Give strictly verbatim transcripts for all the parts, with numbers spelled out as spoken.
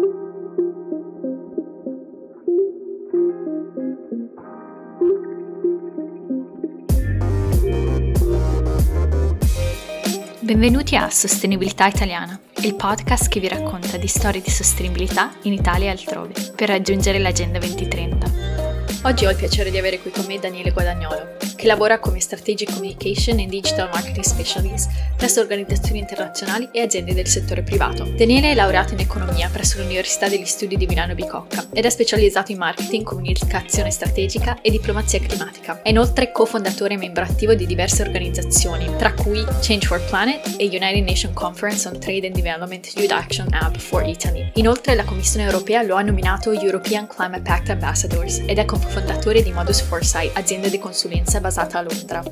Benvenuti a Sostenibilità Italiana, il podcast che vi racconta di storie di sostenibilità in Italia e altrove, per raggiungere l'Agenda duemilatrenta. Oggi ho il piacere di avere qui con me Daniele Guadagnolo, che lavora come Strategic Communication and Digital Marketing Specialist presso organizzazioni internazionali e aziende del settore privato. Daniele è laureato in economia presso l'Università degli Studi di Milano Bicocca ed è specializzato in marketing, comunicazione strategica e diplomazia climatica. È inoltre cofondatore e membro attivo di diverse organizzazioni, tra cui Change for Planet e United Nations Conference on Trade and Development Youth Action Hub for Italy. Inoltre la Commissione Europea lo ha nominato European Climate Pact Ambassadors ed è cofondatore di Modus Foresight, azienda di consulenza basata a Londra.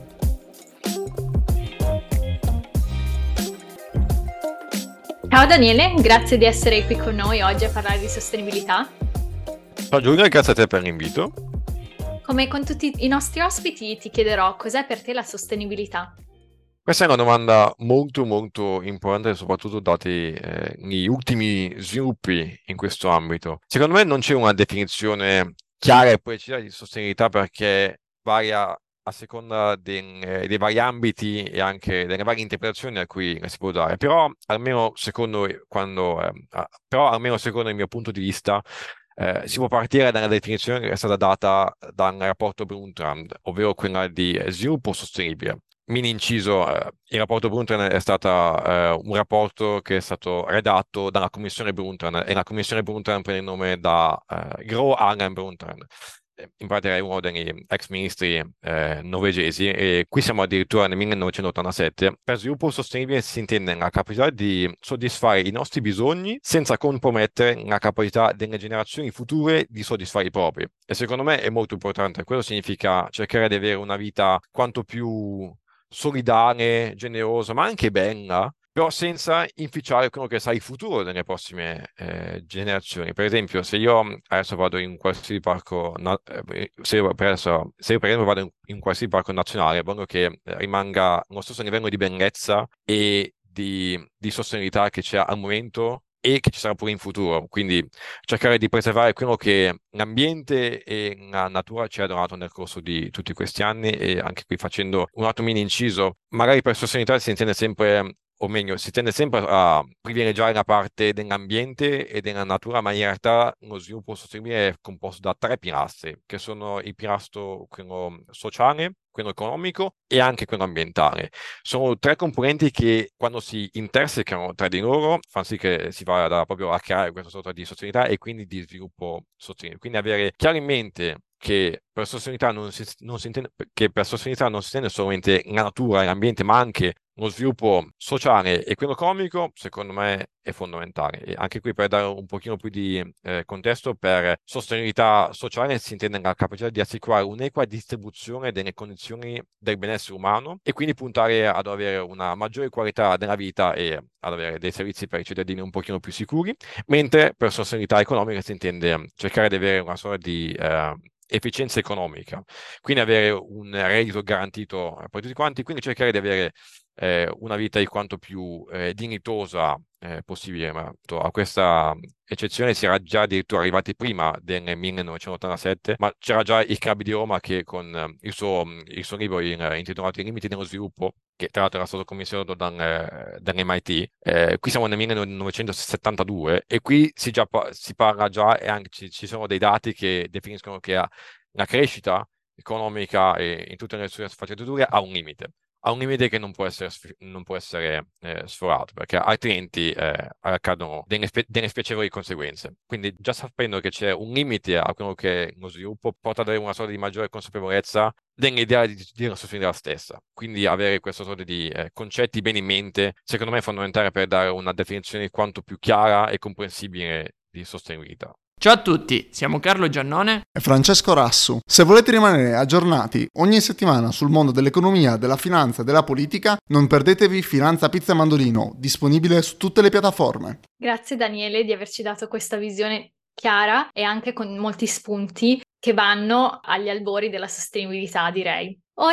Ciao Daniele, grazie di essere qui con noi oggi a parlare di sostenibilità. Ciao Giulia, grazie a te per l'invito. Come con tutti i nostri ospiti ti chiederò cos'è per te la sostenibilità? Questa è una domanda molto molto importante, soprattutto dati eh, gli ultimi sviluppi in questo ambito. Secondo me non c'è una definizione chiara e precisa di sostenibilità perché varia a seconda dei, eh, dei vari ambiti e anche delle varie interpretazioni a cui la si può dare. Però almeno secondo, quando, eh, però almeno secondo il mio punto di vista eh, si può partire dalla definizione che è stata data dal rapporto Brundtland, ovvero quella di eh, sviluppo sostenibile. Mini inciso, eh, il rapporto Brundtland è stato eh, un rapporto che è stato redatto dalla Commissione Brundtland e la Commissione Brundtland prende il nome da eh, Gro Harlem Brundtland. In pratica è uno degli ex ministri eh, norvegesi e qui siamo addirittura nel millenovecentottantasette. Per sviluppo sostenibile si intende la capacità di soddisfare i nostri bisogni senza compromettere la capacità delle generazioni future di soddisfare i propri. E secondo me è molto importante. Questo significa cercare di avere una vita quanto più solidale, generosa, ma anche bella, però senza inficiare quello che sarà il futuro delle prossime eh, generazioni. Per esempio, se io adesso vado in un qualsiasi parco, na- eh, se, io per adesso, se io per esempio vado in, in un qualsiasi parco nazionale, voglio che rimanga lo stesso livello di bellezza e di, di sostenibilità che c'è al momento e che ci sarà pure in futuro, quindi cercare di preservare quello che l'ambiente e la natura ci ha donato nel corso di tutti questi anni. E anche qui facendo un altro mini inciso, magari per sostenibilità si intende sempre, o meglio, si tende sempre a privilegiare la parte dell'ambiente e della natura, ma in realtà lo sviluppo sostenibile è composto da tre pilastri, che sono il pilastro quello sociale, quello economico e anche quello ambientale. Sono tre componenti che quando si intersecano tra di loro fanno sì che si vada proprio a creare questa sorta di sostenibilità e quindi di sviluppo sostenibile. Quindi avere chiaro in mente che per sostenibilità non si, non si intende, che per sostenibilità non si intende solamente la natura e l'ambiente, ma anche lo sviluppo sociale e quello economico, secondo me è fondamentale. E anche qui, per dare un pochino più di eh, contesto, per sostenibilità sociale si intende la capacità di assicurare un'equa distribuzione delle condizioni del benessere umano e quindi puntare ad avere una maggiore qualità della vita e ad avere dei servizi per i cittadini un pochino più sicuri, mentre per sostenibilità economica si intende cercare di avere una sorta di eh, efficienza economica, quindi avere un reddito garantito per tutti quanti, quindi cercare di avere eh, una vita il quanto più eh, dignitosa eh, possibile. Ma a questa eccezione si era già addirittura arrivati prima del millenovecentottantasette, ma c'era già il Club di Roma che con eh, il, suo, il suo libro in, intitolato I limiti dello sviluppo, che tra l'altro era stato commissionato dal, dall'M I T. Eh, qui siamo nel millenovecentosettantadue e qui si, già, si parla già e anche ci, ci sono dei dati che definiscono che la crescita economica e in tutte le sue sfaccettature ha un limite. Ha un limite che non può essere, non può essere eh, sforato, perché altrimenti eh, accadono delle, spe- delle spiacevoli conseguenze. Quindi già sapendo che c'è un limite a quello che è lo sviluppo, porta ad avere una sorta di maggiore consapevolezza dell'idea di, di una sostenibilità stessa. Quindi avere questa sorta di eh, concetti bene in mente, secondo me è fondamentale per dare una definizione quanto più chiara e comprensibile di sostenibilità. Ciao a tutti, siamo Carlo Giannone e Francesco Rassu. Se volete rimanere aggiornati ogni settimana sul mondo dell'economia, della finanza e della politica, non perdetevi Finanza Pizza e Mandolino, disponibile su tutte le piattaforme. Grazie Daniele di averci dato questa visione chiara e anche con molti spunti che vanno agli albori della sostenibilità, direi. Ora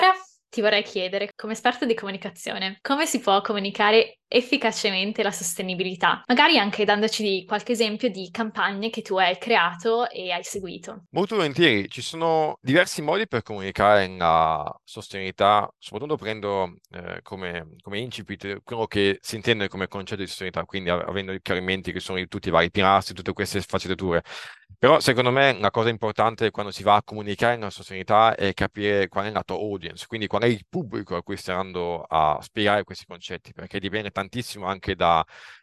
ti vorrei chiedere, come esperto di comunicazione, come si può comunicare efficacemente la sostenibilità? Magari anche dandoci qualche esempio di campagne che tu hai creato e hai seguito. Molto volentieri, ci sono diversi modi per comunicare la sostenibilità, soprattutto prendo eh, come, come incipit quello che si intende come concetto di sostenibilità, quindi av- avendo i chiarimenti che sono di tutti i vari pilastri, tutte queste sfaccettature. Però secondo me una cosa importante quando si va a comunicare la sostenibilità è capire qual è la tua audience, quindi qual è il pubblico a cui stai andando a spiegare questi concetti, perché dipende tantissimo anche da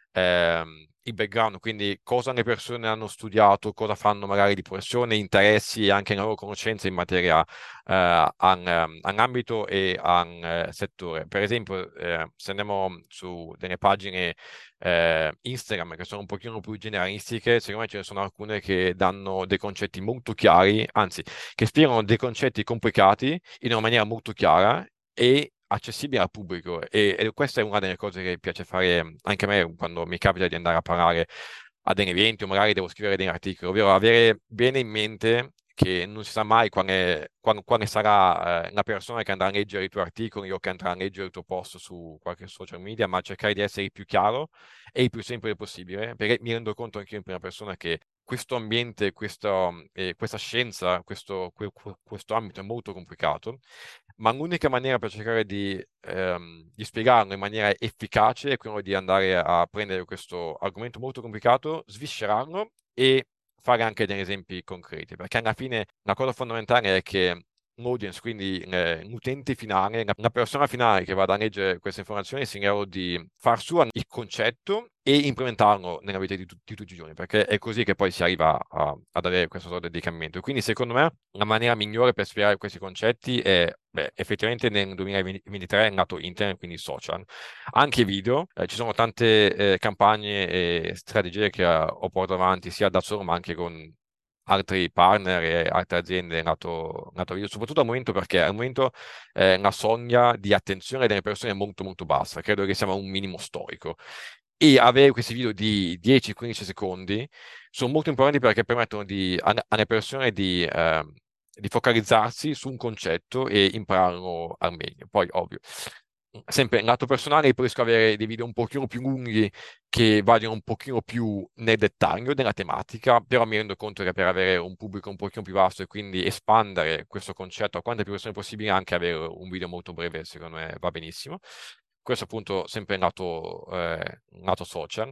ehm, il background, quindi cosa le persone hanno studiato, cosa fanno magari di professione, interessi e anche la loro conoscenza in materia eh, an- ehm, all'ambito e al eh, settore. Per esempio, eh, se andiamo su delle pagine eh, Instagram che sono un pochino più generalistiche, secondo me ce ne sono alcune che danno dei concetti molto chiari, anzi, che spiegano dei concetti complicati in una maniera molto chiara e accessibile al pubblico e, e questa è una delle cose che piace fare anche a me quando mi capita di andare a parlare a degli eventi o magari devo scrivere degli articoli, ovvero avere bene in mente che non si sa mai quale, quando- quale sarà eh, la persona che andrà a leggere i tuoi articoli o che andrà a leggere il tuo post su qualche social media, ma cercare di essere il più chiaro e il più semplice possibile, perché mi rendo conto anche io in prima persona che questo ambiente, questa, eh, questa scienza, questo, que- questo ambito è molto complicato, ma l'unica maniera per cercare di, ehm, di spiegarlo in maniera efficace è quello di andare a prendere questo argomento molto complicato, sviscerarlo e fare anche degli esempi concreti, perché alla fine la cosa fondamentale è che l'audience, quindi eh, l'utente finale, la, la persona finale che vada a leggere queste informazioni sia in grado di far sua il concetto e implementarlo nella vita di, tu- di tutti i giorni, perché è così che poi si arriva a- ad avere questo sorta di cambiamento. Quindi secondo me la maniera migliore per spiegare questi concetti è, beh, effettivamente nel duemilaventitré è nato internet, quindi social, anche video, eh, ci sono tante eh, campagne e strategie che eh, ho portato avanti sia da solo ma anche con altri partner e altre aziende nato, nato video, soprattutto al momento perché al momento eh, la soglia di attenzione delle persone è molto molto bassa, credo che siamo a un minimo storico. E avere questi video di dieci quindici secondi sono molto importanti perché permettono di- a- alle persone di, ehm, di focalizzarsi su un concetto e impararlo al meglio. Poi, ovvio, sempre lato personale, preferisco avere dei video un pochino più lunghi che vadano un pochino più nel dettaglio della tematica, però mi rendo conto che per avere un pubblico un pochino più vasto e quindi espandere questo concetto a quante più persone possibile, anche avere un video molto breve, secondo me va benissimo. Questo appunto sempre lato, eh, lato social.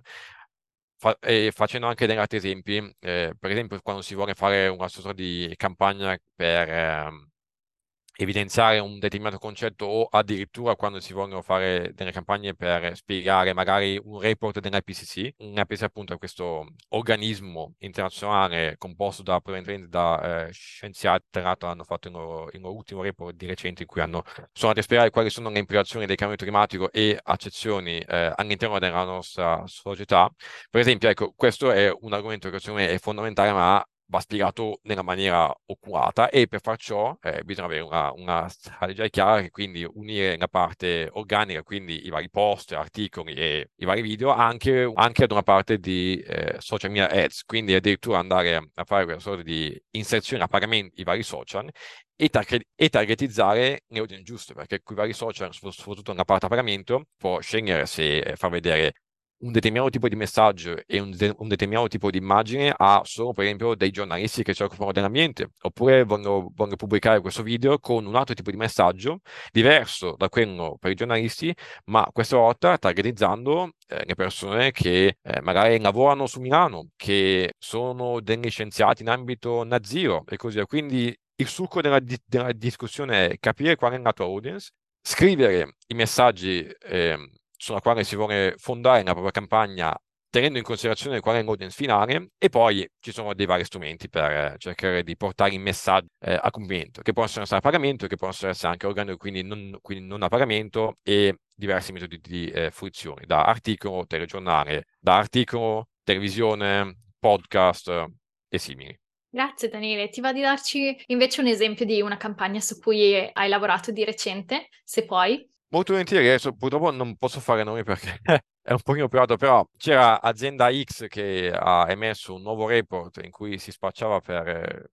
Fa- e facendo anche degli altri esempi, eh, per esempio quando si vuole fare una sorta di campagna per ehm, evidenziare un determinato concetto o addirittura quando si vogliono fare delle campagne per spiegare magari un report dell'I P C C. L'I P C C appunto è questo organismo internazionale composto da, probabilmente da eh, scienziati, tra l'altro hanno fatto il loro, il loro ultimo report di recente in cui hanno, sono andati a spiegare quali sono le implicazioni del cambiamento climatico e accezioni eh, all'interno della nostra società. Per esempio, ecco, questo è un argomento che secondo me è fondamentale, ma va spiegato nella maniera oculata e per far ciò eh, bisogna avere una, una strategia chiara che quindi unire la parte organica, quindi i vari post, articoli e i vari video, anche, anche ad una parte di eh, social media ads, quindi addirittura andare a fare quella sorta di inserzione a pagamento i vari social e, target- e targetizzare le audience giuste, perché con i vari social, soprattutto nella parte a pagamento, può scegliere se eh, far vedere un determinato tipo di messaggio e un, de- un determinato tipo di immagine a solo, per esempio, dei giornalisti che si occupano dell'ambiente, oppure vogliono, vogliono pubblicare questo video con un altro tipo di messaggio diverso da quello per i giornalisti, ma questa volta targetizzando eh, le persone che eh, magari lavorano su Milano, che sono degli scienziati in ambito net zero e così via. Quindi il succo della, di- della discussione è capire qual è la tua audience, scrivere i messaggi ehm, sulla quale si vuole fondare la propria campagna tenendo in considerazione qual è l'audience finale e poi ci sono dei vari strumenti per eh, cercare di portare il messaggio eh, a compimento, che possono essere a pagamento, che possono essere anche organico, quindi non, quindi non a pagamento e diversi metodi di eh, fruizione, da articolo, telegiornale, da articolo, televisione, podcast eh, e simili. Grazie Daniele, ti va di darci invece un esempio di una campagna su cui hai lavorato di recente, se puoi? Molto volentieri, adesso purtroppo non posso fare nomi perché è un pochino privato, però c'era azienda X che ha emesso un nuovo report in cui si spacciava per eh,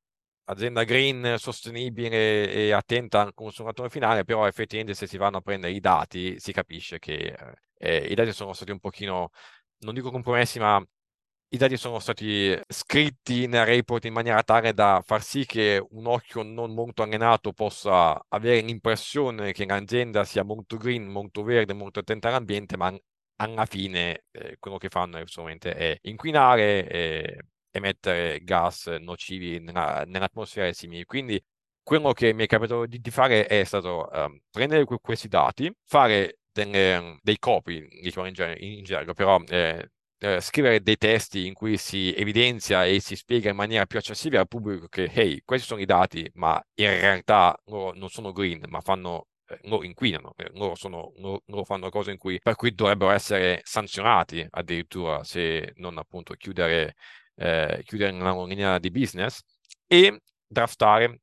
azienda green, sostenibile e attenta al consumatore finale, però effettivamente se si vanno a prendere i dati si capisce che eh, i dati sono stati un pochino, non dico compromessi, ma i dati sono stati scritti nel report in maniera tale da far sì che un occhio non molto allenato possa avere l'impressione che l'azienda sia molto green, molto verde, molto attenta all'ambiente, ma alla fine eh, quello che fanno è, solamente è inquinare e emettere gas nocivi nella- nell'atmosfera e simili. Quindi quello che mi è capitato di, di fare è stato ehm, prendere que- questi dati, fare delle- dei copy, li chiamano in, ger- in gergo, però eh, eh, scrivere dei testi in cui si evidenzia e si spiega in maniera più accessibile al pubblico che, hey, questi sono i dati, ma in realtà loro non sono green, ma fanno, eh, loro inquinano, eh, loro, sono, loro, loro fanno cose in cui, per cui dovrebbero essere sanzionati addirittura se non appunto chiudere, eh, chiudere la loro linea di business e draftare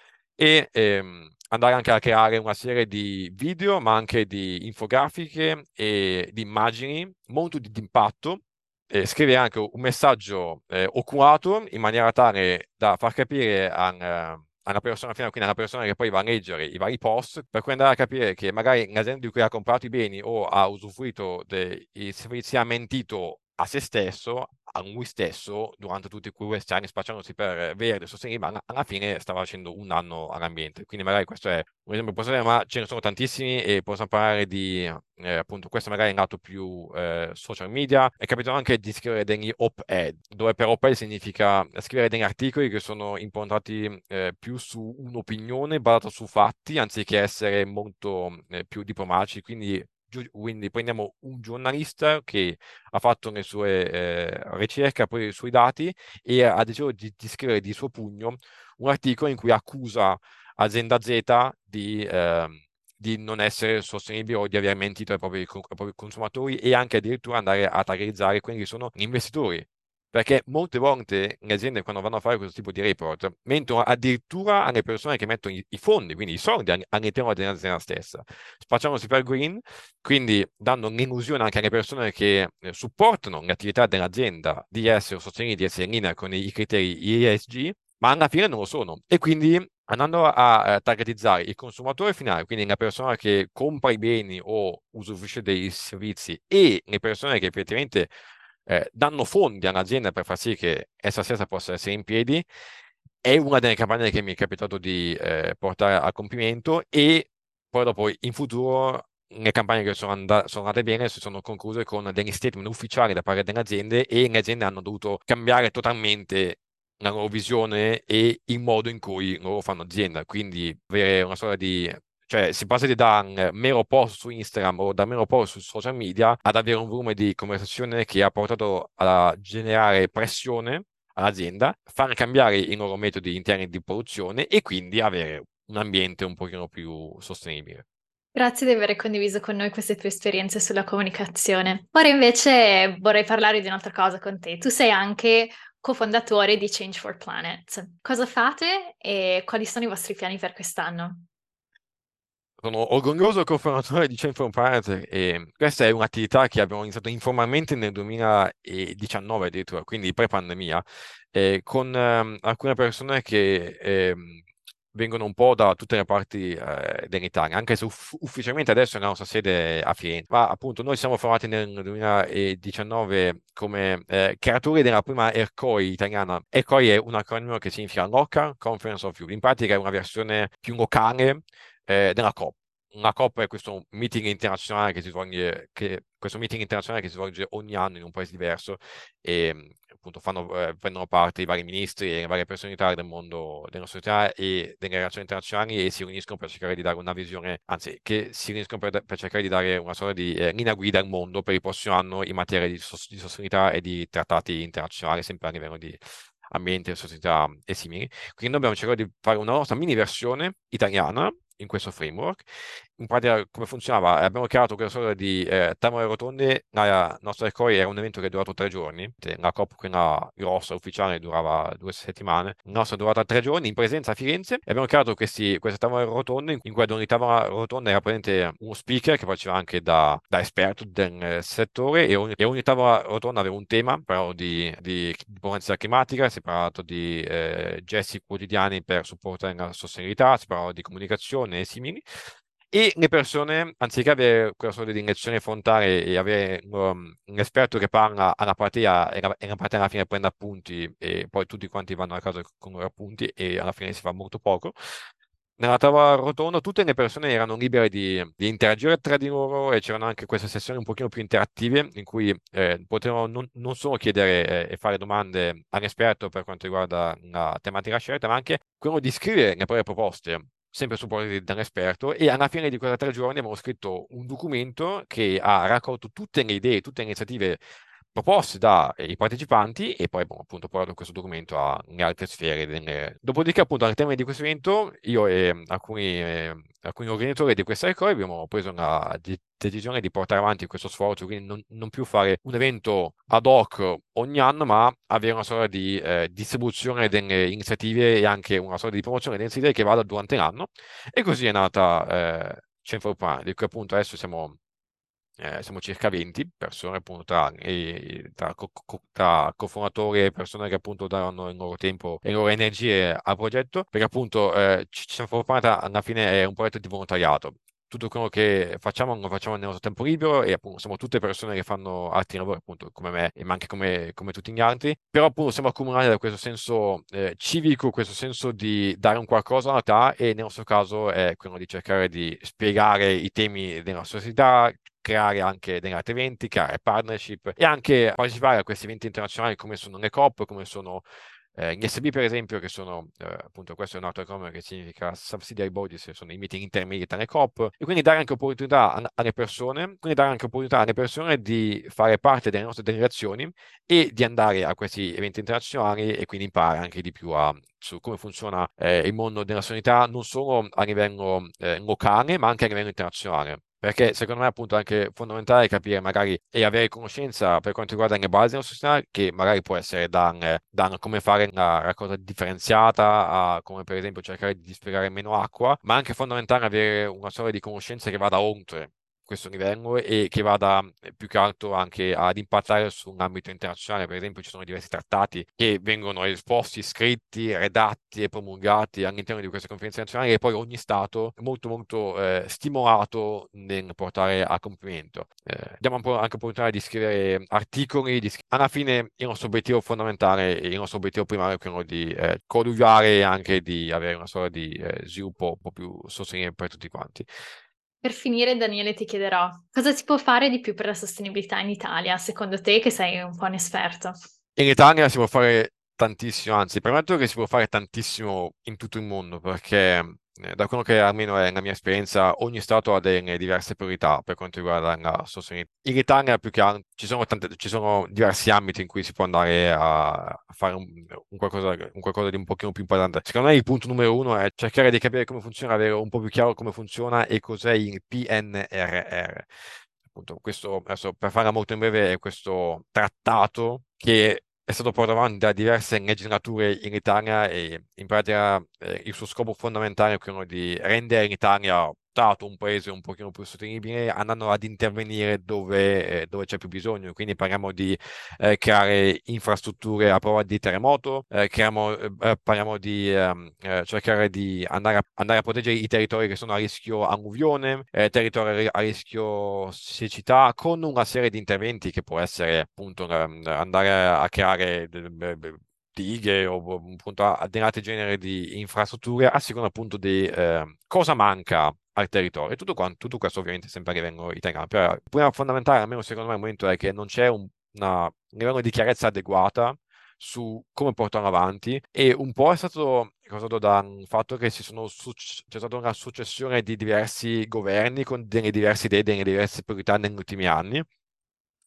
e ehm, andare anche a creare una serie di video, ma anche di infografiche e di immagini molto di, di impatto. E scrivere anche un messaggio eh, oculato in maniera tale da far capire a, eh, alla persona finale, quindi alla persona che poi va a leggere i vari post, per cui andare a capire che magari l'azienda di cui ha comprato i beni o ha usufruito dei servizi ha mentito a se stesso, a lui stesso, durante tutti questi anni spacciandosi per verde, sostenibile, ma alla fine stava facendo un danno all'ambiente. Quindi magari questo è un esempio possibile, ma ce ne sono tantissimi e possiamo parlare di, eh, appunto, questo magari è nato più eh, social media. È capitato anche di scrivere degli op-ed, dove per op-ed significa scrivere degli articoli che sono improntati eh, più su un'opinione basata su fatti, anziché essere molto eh, più diplomatici. Quindi quindi prendiamo un giornalista che ha fatto le sue eh, ricerche, ha preso i suoi dati e ha deciso di, di scrivere di suo pugno un articolo in cui accusa azienda Z di, ehm, di non essere sostenibile o di aver mentito ai propri, ai propri consumatori e anche addirittura andare a targetizzare quelli che sono gli investitori. Perché molte volte le aziende quando vanno a fare questo tipo di report mentono addirittura alle persone che mettono i, i fondi, quindi i soldi all'interno dell'azienda stessa, spacciandosi per green, quindi dando l'illusione anche alle persone che eh, supportano l'attività dell'azienda di essere sostenibili, di essere in linea con i, i criteri E S G, ma alla fine non lo sono. E quindi andando a, a targetizzare il consumatore finale, quindi la persona che compra i beni o usufruisce dei servizi e le persone che effettivamente eh, danno fondi all'azienda per far sì che essa stessa possa essere in piedi, è una delle campagne che mi è capitato di eh, portare a compimento e poi dopo in futuro le campagne che sono, and- sono andate bene si sono concluse con degli statement ufficiali da parte delle aziende e le aziende hanno dovuto cambiare totalmente la loro visione e il modo in cui loro fanno azienda, quindi avere una sorta di cioè si passa da un mero post su Instagram o da un mero post su social media ad avere un volume di conversazione che ha portato a generare pressione all'azienda, far cambiare i loro metodi interni di produzione e quindi avere un ambiente un pochino più sostenibile. Grazie di aver condiviso con noi queste tue esperienze sulla comunicazione. Ora invece vorrei parlare di un'altra cosa con te. Tu sei anche cofondatore di Change for Planet. Cosa fate e quali sono i vostri piani per quest'anno? Sono orgoglioso cofondatore di Change for Planet e questa è un'attività che abbiamo iniziato informalmente nel duemiladiciannove addirittura, quindi pre-pandemia, eh, con ehm, alcune persone che ehm, vengono un po' da tutte le parti eh, dell'Italia, anche se uff- ufficialmente adesso è la nostra sede a Firenze. Ma appunto noi siamo formati nel duemiladiciannove come eh, creatori della prima ERCOI italiana. ERCOI è un acronimo che significa Local Conference of Youth, in pratica è una versione più locale eh, della COP. Una COP è questo meeting internazionale che si svolge, che, questo meeting internazionale che si svolge ogni anno in un paese diverso e appunto fanno, eh, prendono parte i vari ministri e le varie personalità del mondo della società e delle relazioni internazionali e si riuniscono per cercare di dare una visione, anzi, che si riuniscono per, per cercare di dare una sorta di eh, linea guida al mondo per il prossimo anno in materia di, sos- di sostenibilità e di trattati internazionali, sempre a livello di ambiente, società e simili. Quindi noi abbiamo cercato di fare una nostra mini versione italiana in questo framework in pratica come funzionava? Abbiamo creato questa sorta di eh, tavole rotonde, la nostra Ecoi era un evento che è durato tre giorni, la COP, quella grossa, ufficiale, durava due settimane, la nostra è durata tre giorni in presenza a Firenze, e abbiamo creato questi, queste tavole rotonde in cui ad ogni tavola rotonda era presente uno speaker che faceva anche da, da esperto del eh, settore, e ogni, e ogni tavola rotonda aveva un tema, però di, di diplomazia climatica, si è parlato di eh, gesti quotidiani per supportare la sostenibilità, si parlava di comunicazione e simili. E le persone, anziché avere quella sorta di lezione frontale e avere um, un esperto che parla alla platea e la, e la platea alla fine prende appunti e poi tutti quanti vanno a casa con i loro appunti e alla fine si fa molto poco, nella tavola rotonda tutte le persone erano libere di, di interagire tra di loro, e c'erano anche queste sessioni un pochino più interattive in cui eh, potevano non, non solo chiedere eh, e fare domande all'esperto per quanto riguarda la tematica scelta, ma anche quello di scrivere le proprie proposte, sempre supportati dall'esperto. E alla fine di questi tre giorni abbiamo scritto un documento che ha raccolto tutte le idee, tutte le iniziative proposte dai partecipanti, e poi abbiamo appunto portato questo documento alle altre sfere. Delle... Dopodiché, appunto, al termine di questo evento, io e alcuni, eh, alcuni organizzatori di questa Ecoi abbiamo preso la de- decisione di portare avanti questo sforzo, quindi non, non più fare un evento ad hoc ogni anno, ma avere una sorta di eh, distribuzione delle iniziative e anche una sorta di promozione delle iniziative che vada durante l'anno. E così è nata eh, Centro Urbano, di cui appunto adesso siamo eh, siamo circa venti persone, appunto, tra, e- tra, co- co- tra cofondatori e persone che appunto danno il loro tempo e le loro energie al progetto, perché appunto eh, ci ci siamo formati, alla fine è un progetto di volontariato. Tutto quello che facciamo lo facciamo nel nostro tempo libero, e appunto siamo tutte persone che fanno altri lavori, appunto come me, e ma anche come, come tutti gli altri, però appunto siamo accomunati da questo senso eh, civico, questo senso di dare un qualcosa alla realtà, e nel nostro caso è quello di cercare di spiegare i temi della società, creare anche degli altri eventi, creare partnership e anche partecipare a questi eventi internazionali come sono le COP, come sono eh, gli S B, per esempio, che sono eh, appunto, questo è un altro acronimo che significa Subsidiary Bodies, sono i meeting intermedi tra le COP, e quindi dare anche opportunità a- alle persone, quindi dare anche opportunità alle persone di fare parte delle nostre delegazioni e di andare a questi eventi internazionali, e quindi imparare anche di più a su come funziona eh, il mondo della sanità, non solo a livello eh, locale, ma anche a livello internazionale. Perché secondo me appunto è anche fondamentale capire magari e avere conoscenza per quanto riguarda le basi della società, che magari può essere da, da come fare una raccolta differenziata, a come per esempio cercare di dispiegare meno acqua, ma anche fondamentale avere una storia di conoscenze che vada oltre questo livello e che vada eh, più che altro anche ad impattare su un ambito internazionale. Per esempio ci sono diversi trattati che vengono esposti, scritti, redatti e promulgati all'interno di queste conferenze nazionali, e poi ogni Stato è molto molto eh, stimolato nel portare a compimento. Eh, diamo un po' anche opportunità di scrivere articoli, di scri- alla fine il nostro obiettivo fondamentale e il nostro obiettivo primario è quello di eh, coniugare e anche di avere una sorta di eh, sviluppo un po' più sostenibile per tutti quanti. Per finire, Daniele, ti chiederò cosa si può fare di più per la sostenibilità in Italia, secondo te, che sei un po' un esperto? In Italia si può fare tantissimo, anzi, premetto che si può fare tantissimo in tutto il mondo, perché eh, da quello che almeno è la mia esperienza, ogni Stato ha delle diverse priorità per quanto riguarda la sostenibilità. In Italia più che altro ci sono, tante- ci sono diversi ambiti in cui si può andare a, a fare un, un qualcosa, un qualcosa di un pochino più importante. Secondo me il punto numero uno è cercare di capire come funziona, avere un po' più chiaro come funziona e cos'è il P N R R. Appunto, questo, adesso, per farla molto in breve, è questo trattato che è stato portato avanti da diverse legislature in Italia, e in pratica eh, il suo scopo fondamentale è quello di rendere l'Italia stato un paese un pochino più sostenibile, andando ad intervenire dove, eh, dove c'è più bisogno. Quindi parliamo di eh, creare infrastrutture a prova di terremoto, eh, creiamo- eh, parliamo di ehm, eh, cercare di andare a, andare a proteggere i territori che sono a rischio alluvione, eh, territori a rischio siccità, con una serie di interventi che può essere appunto ehm, andare a creare de- de- de- dighe o o, appunto a- degli altri generi di infrastrutture, a seconda appunto di eh, cosa manca al territorio. Tutto, quanto, tutto questo ovviamente sempre a livello italiano. Però il problema fondamentale, almeno secondo me, al momento è che non c'è un, una- un livello di chiarezza adeguata su come portarlo avanti, e un po' è stato causato dal fatto che ci sono suc- c'è stata una successione di diversi governi con delle diverse idee, delle diverse priorità negli ultimi anni.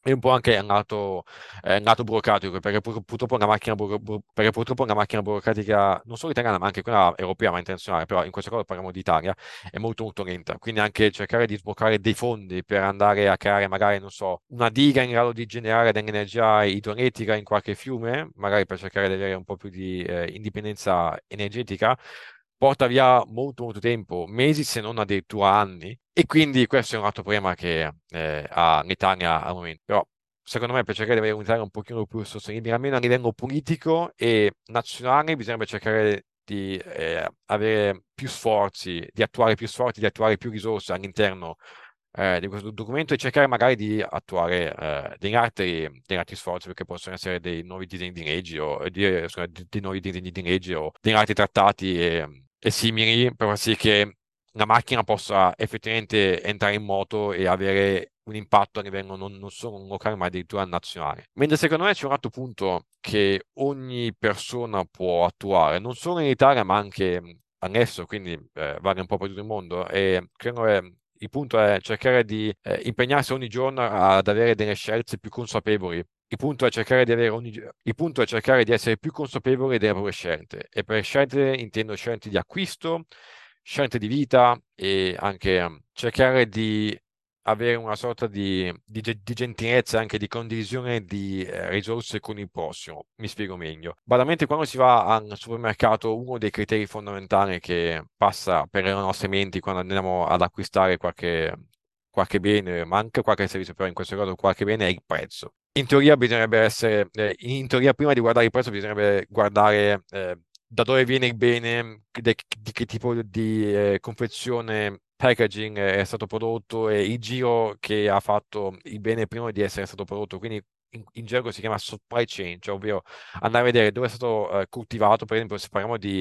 e un po' anche un lato, eh, un lato burocratico, perché pur- purtroppo una macchina, buro- buro- perché purtroppo una macchina burocratica, non solo italiana, ma anche quella europea, ma internazionale, però in questo caso parliamo di Italia, è molto molto lenta. Quindi anche cercare di sbloccare dei fondi per andare a creare magari, non so, una diga in grado di generare dell'energia idroelettrica in qualche fiume, magari per cercare di avere un po' più di eh, indipendenza energetica, porta via molto molto tempo, mesi se non addirittura anni, e quindi questo è un altro problema che eh, ha l'Italia al momento. Però secondo me per cercare di avere un'Italia un pochino più sostenibile, almeno a livello politico e nazionale, bisognerebbe cercare di eh, avere più sforzi, di attuare più sforzi, di attuare più risorse all'interno eh, di questo documento e cercare magari di attuare eh, degli altri, degli altri sforzi, perché possono essere dei nuovi disegni di legge o eh, di, eh, scusa, di- dei nuovi disegni di legge o degli altri trattati e, e simili per far sì che la macchina possa effettivamente entrare in moto e avere un impatto a livello non, non solo locale ma addirittura nazionale. Mentre secondo me c'è un altro punto che ogni persona può attuare, non solo in Italia ma anche mh, all'estero, quindi eh, vale un po' per tutto il mondo, e credo è il punto è cercare di eh, impegnarsi ogni giorno ad avere delle scelte più consapevoli. Il punto è cercare di avere ogni... il punto è cercare di essere più consapevoli delle proprie scelte. E per scelte intendo scelte di acquisto, scelte di vita e anche um, cercare di avere una sorta di, di ge- di gentilezza, anche di condivisione di eh, risorse con il prossimo. Mi spiego meglio. Banalmente, quando si va al supermercato, uno dei criteri fondamentali che passa per le nostre menti quando andiamo ad acquistare qualche, qualche bene, ma anche qualche servizio, però in questo caso qualche bene, è il prezzo. In teoria bisognerebbe essere, eh, in teoria prima di guardare il prezzo bisognerebbe guardare eh, da dove viene il bene, di, di che tipo di eh, confezione, packaging è stato prodotto e il giro che ha fatto il bene prima di essere stato prodotto. Quindi in, in gergo si chiama supply chain, cioè ovvero andare a vedere dove è stato eh, coltivato. Per esempio, se parliamo di,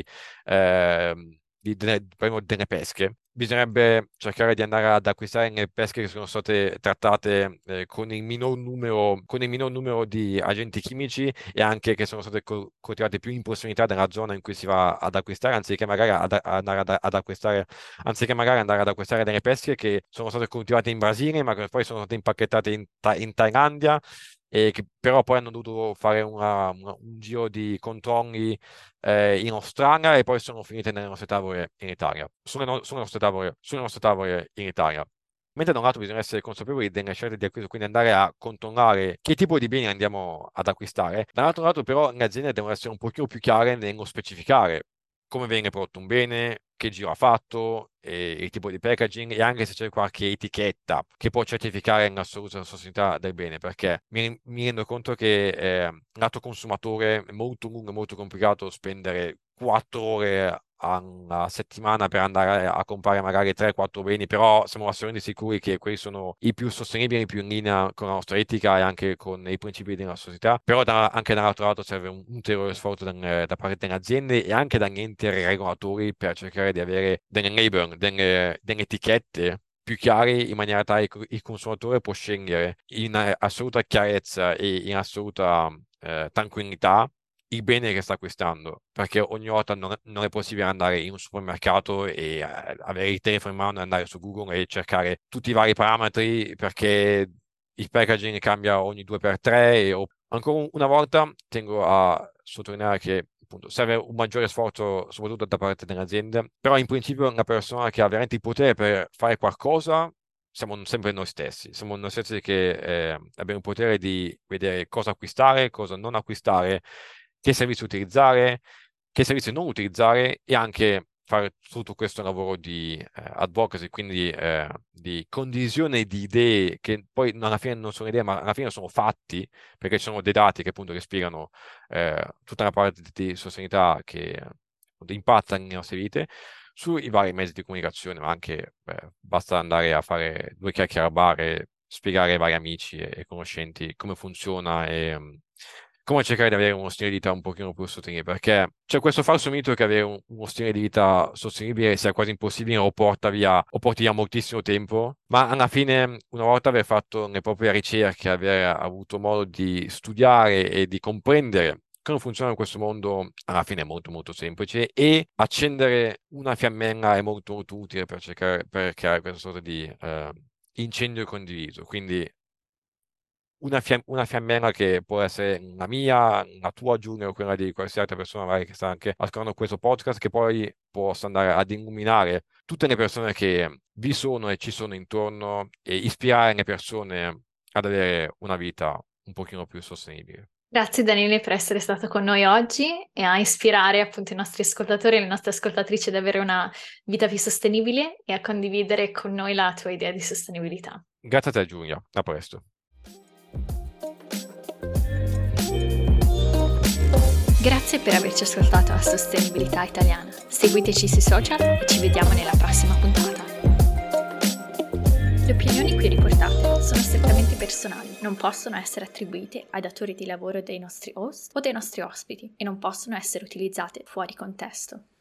ehm, di delle, parliamo delle pesche, bisognerebbe cercare di andare ad acquistare le pesche che sono state trattate eh, con il minor numero, con il minor numero di agenti chimici e anche che sono state co- coltivate più in prossimità della zona in cui si va ad acquistare, anziché magari ad, andare ad, ad acquistare, anziché magari andare ad acquistare delle pesche che sono state coltivate in Brasile, ma che poi sono state impacchettate in, Tha- in Thailandia. E che però poi hanno dovuto fare una- una- un giro di controlli eh, in Australia e poi sono finite nelle nostre tavole in Italia, sulle, no- sulle nostre tavole, sulle nostre tavole in Italia. Mentre da un lato bisogna essere consapevoli delle scelte di acquisto, quindi andare a controllare che tipo di beni andiamo ad acquistare. Dall'altro lato però le aziende devono essere un pochino più chiare nello specificare come viene prodotto un bene, che giro ha fatto, e il tipo di packaging e anche se c'è qualche etichetta che può certificare l'assoluta sostenibilità del bene, perché mi, mi rendo conto che eh, lato consumatore è molto lungo e molto complicato spendere quattro ore alla settimana per andare a comprare magari tre quattro beni, però siamo assolutamente sicuri che quelli sono i più sostenibili, i più in linea con la nostra etica e anche con i principi della società. Però da- anche dall'altro lato serve un ulteriore sforzo da, da parte delle aziende e anche dagli enti regolatori per cercare di avere delle label, delle, delle etichette più chiari in maniera tale che il consumatore può scegliere in assoluta chiarezza e in assoluta eh, tranquillità il bene che sta acquistando, perché ogni volta non, non è possibile andare in un supermercato e eh, avere il telefono in mano e andare su Google e cercare tutti i vari parametri perché il packaging cambia ogni due per tre. E, o- ancora una volta tengo a sottolineare che appunto, serve un maggiore sforzo soprattutto da parte delle aziende, però in principio una persona che ha veramente il potere per fare qualcosa siamo sempre noi stessi, siamo noi stessi che eh, abbiamo il potere di vedere cosa acquistare, cosa non acquistare, che servizi utilizzare, che servizi non utilizzare e anche fare tutto questo lavoro di eh, advocacy, quindi eh, di condivisione di idee che poi alla fine non sono idee, ma alla fine sono fatti, perché ci sono dei dati che appunto che spiegano eh, tutta la parte di sostenibilità che appunto, impatta nelle nostre vite sui vari mezzi di comunicazione, ma anche beh, basta andare a fare due chiacchiere a bar e spiegare ai vari amici e, e conoscenti come funziona e um, come cercare di avere uno stile di vita un pochino più sostenibile, perché c'è questo falso mito che avere un- uno stile di vita sostenibile sia quasi impossibile o porta via, o porti via moltissimo tempo, ma alla fine, una volta aver fatto le proprie ricerche, aver avuto modo di studiare e di comprendere come funziona questo mondo, alla fine è molto molto semplice e accendere una fiammella è molto molto utile per cercare, per creare questa sorta di eh, incendio condiviso. Quindi una, fiam- una fiammella che può essere la mia, la tua Giulia o quella di qualsiasi altra persona magari che sta anche ascoltando questo podcast, che poi possa andare ad illuminare tutte le persone che vi sono e ci sono intorno e ispirare le persone ad avere una vita un pochino più sostenibile. Grazie Daniele per essere stato con noi oggi e a ispirare appunto i nostri ascoltatori e le nostre ascoltatrici ad avere una vita più sostenibile e a condividere con noi la tua idea di sostenibilità. Grazie a te Giulia, a presto. Grazie per averci ascoltato a Sostenibilità Italiana. Seguiteci sui social e ci vediamo nella prossima puntata. Le opinioni qui riportate sono strettamente personali, non possono essere attribuite ai datori di lavoro dei nostri host o dei nostri ospiti e non possono essere utilizzate fuori contesto.